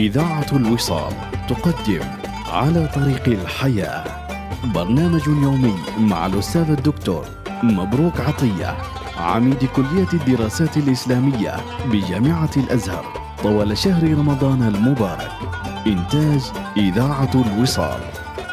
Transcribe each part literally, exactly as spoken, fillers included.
إذاعة الوصال تقدم على طريق الحياة، برنامج يومي مع الأستاذ الدكتور مبروك عطية، عميد كلية الدراسات الإسلامية بجامعة الأزهر طوال شهر رمضان المبارك. إنتاج إذاعة الوصال.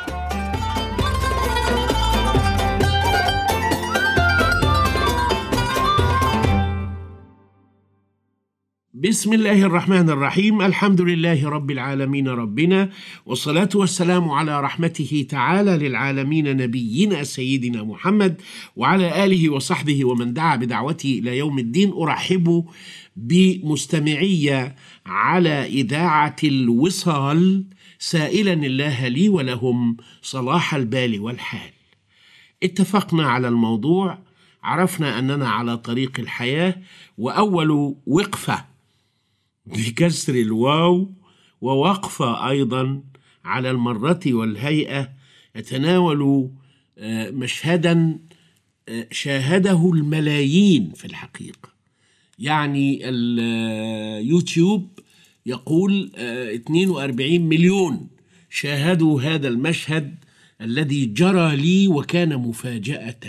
بسم الله الرحمن الرحيم. الحمد لله رب العالمين ربنا، والصلاة والسلام على رحمته تعالى للعالمين نبينا سيدنا محمد وعلى آله وصحبه ومن دعا بدعوته إلى يوم الدين. أرحب بمستمعي على إذاعة الوصال سائلا الله لي ولهم صلاح البال والحال. اتفقنا على الموضوع، عرفنا أننا على طريق الحياة، وأول وقفة بكسر الواو ووقفة أيضا على المرة والهيئة يتناول مشهدا شاهده الملايين في الحقيقة. يعني اليوتيوب يقول اثنين وأربعين مليون شاهدوا هذا المشهد الذي جرى لي وكان مفاجأة.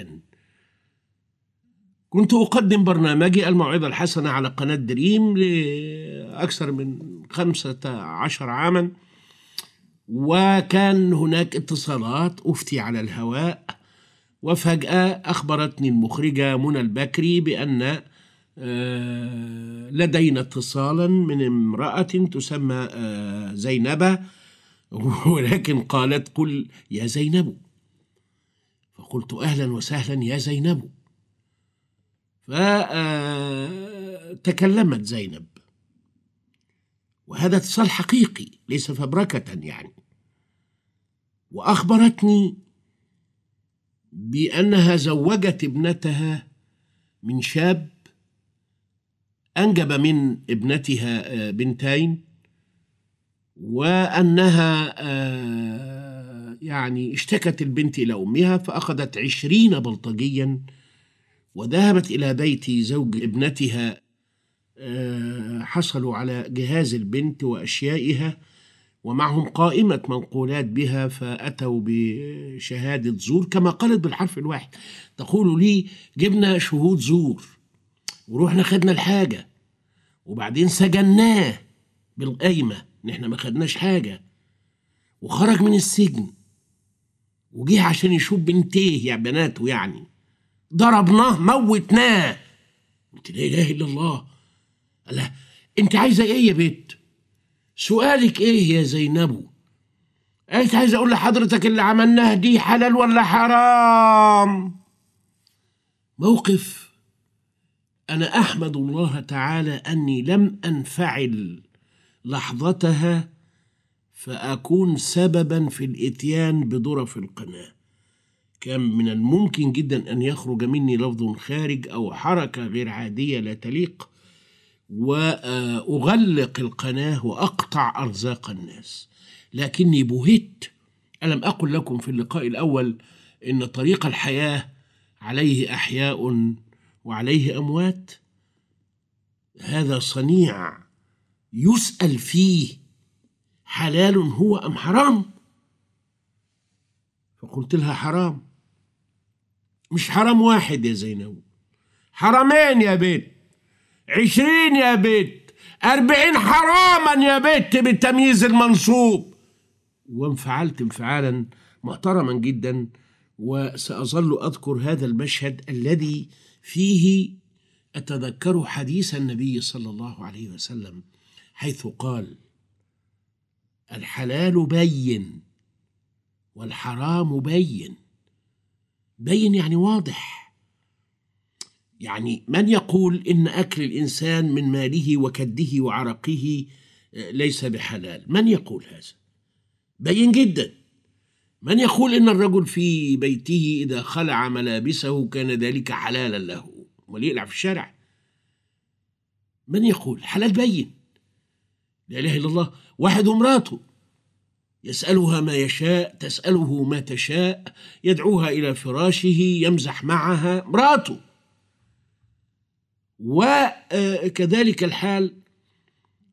كنت أقدم برنامجي الموعظة الحسنة على قناة دريم لأكثر من خمسة عشر عاما، وكان هناك اتصالات أفتي على الهواء، وفجأة أخبرتني المخرجة منى البكري بأن لدينا اتصالا من امرأة تسمى زينبة، ولكن قالت قل يا زينب. فقلت أهلا وسهلا يا زينب. فتكلمت زينب، وهذا اتصال حقيقي ليس فبركة يعني، وأخبرتني بأنها زوجت ابنتها من شاب أنجب من ابنتها بنتين، وأنها يعني اشتكت البنت إلى أمها، فأخذت عشرين بلطجيا وذهبت إلى بيت زوج ابنتها. حصلوا على جهاز البنت وأشيائها ومعهم قائمة منقولات بها، فأتوا بشهادة زور كما قالت بالحرف الواحد. تقول لي جبنا شهود زور ورحنا خدنا الحاجة وبعدين سجناه بالقايمة، نحن ما خدناش حاجة، وخرج من السجن وجيه عشان يشوف بنتيه يا بناته، يعني ضربناه موتناه. قلت لا إله إلا الله. قال انت عايزه ايه يا بنت؟ سؤالك ايه يا زينب؟ قالت عايزه اقول لحضرتك اللي عملناه دي حلال ولا حرام؟ موقف انا احمد الله تعالى اني لم انفعل لحظتها فاكون سببا في الاتيان بظرف القناه. كان من الممكن جدا أن يخرج مني لفظ خارج أو حركة غير عادية لا تليق، وأغلق القناة وأقطع أرزاق الناس، لكني بهت. ألم أقل لكم في اللقاء الأول إن طريق الحياة عليه أحياء وعليه أموات؟ هذا صنيع يسأل فيه حلال هو أم حرام؟ فقلت لها حرام. مش حرام واحد يا زينب، حرامين يا بيت، عشرين يا بيت، أربعين حراما يا بيت بالتمييز المنصوب. وانفعلت انفعالا محترما جدا، وسأظل أذكر هذا المشهد الذي فيه أتذكر حديث النبي صلى الله عليه وسلم حيث قال الحلال بين والحرام بين. بين يعني واضح. يعني من يقول إن أكل الإنسان من ماله وكده وعرقه ليس بحلال؟ من يقول هذا؟ بين جدا. من يقول إن الرجل في بيته إذا خلع ملابسه كان ذلك حلالا له وليقلع في الشارع؟ من يقول؟ حلال بين. لا إله إلا الله. واحد ومراته يسألها ما يشاء، تسأله ما تشاء، يدعوها إلى فراشه، يمزح معها، مراته. وكذلك الحال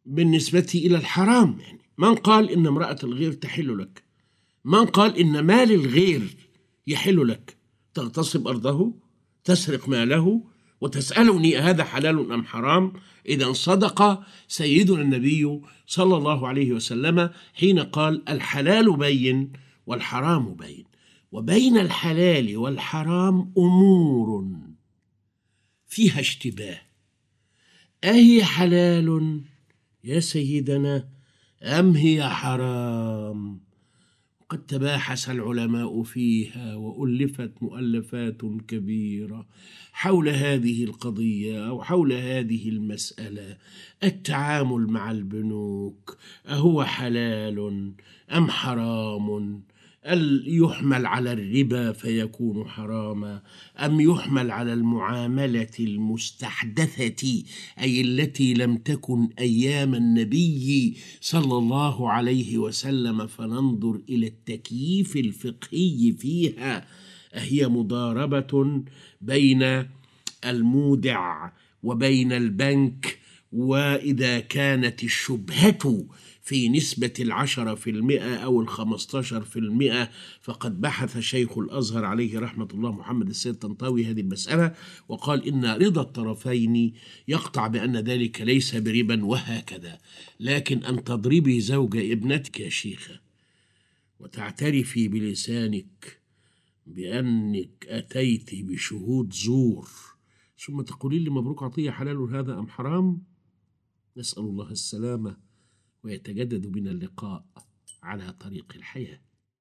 بالنسبة إلى الحرام. يعني من قال إن امرأة الغير تحل لك؟ من قال إن مال الغير يحل لك؟ تغتصب أرضه، تسرق ماله، وتسألني هذا حلال أم حرام؟ إذا صدق سيدنا النبي صلى الله عليه وسلم حين قال الحلال بين والحرام بين، وبين الحلال والحرام أمور فيها اشتباه. أهي حلال يا سيدنا أم هي حرام؟ قد تباحث العلماء فيها وألفت مؤلفات كبيرة حول هذه القضية أو حول هذه المسألة. التعامل مع البنوك أهو حلال أم حرام؟ يحمل على الربا فيكون حراما أم يحمل على المعاملة المستحدثة أي التي لم تكن أيام النبي صلى الله عليه وسلم، فننظر إلى التكييف الفقهي فيها. هي مضاربة بين المودع وبين البنك، وإذا كانت الشبهة في نسبة العشرة في المئة أو الخمستاشر في المئة فقد بحث شيخ الأزهر عليه رحمة الله محمد السيد طنطاوي هذه المسألة وقال إن رضا الطرفين يقطع بأن ذلك ليس بربا وهكذا. لكن أن تضربي زوج ابنتك يا شيخة وتعترفي بلسانك بأنك أتيت بشهود زور ثم تقولين لي مبروك عطية حلال هذا أم حرام؟ نسأل الله السلامة ويتجدد بنا اللقاء على طريق الحياة.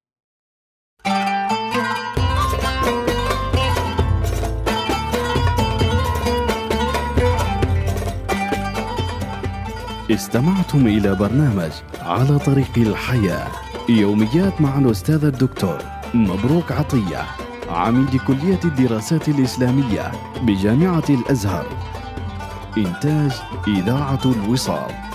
استمعتم إلى برنامج على طريق الحياة، يوميات مع الأستاذ الدكتور مبروك عطية، عميد كلية الدراسات الإسلامية بجامعة الأزهر. إنتاج إذاعة الوصال.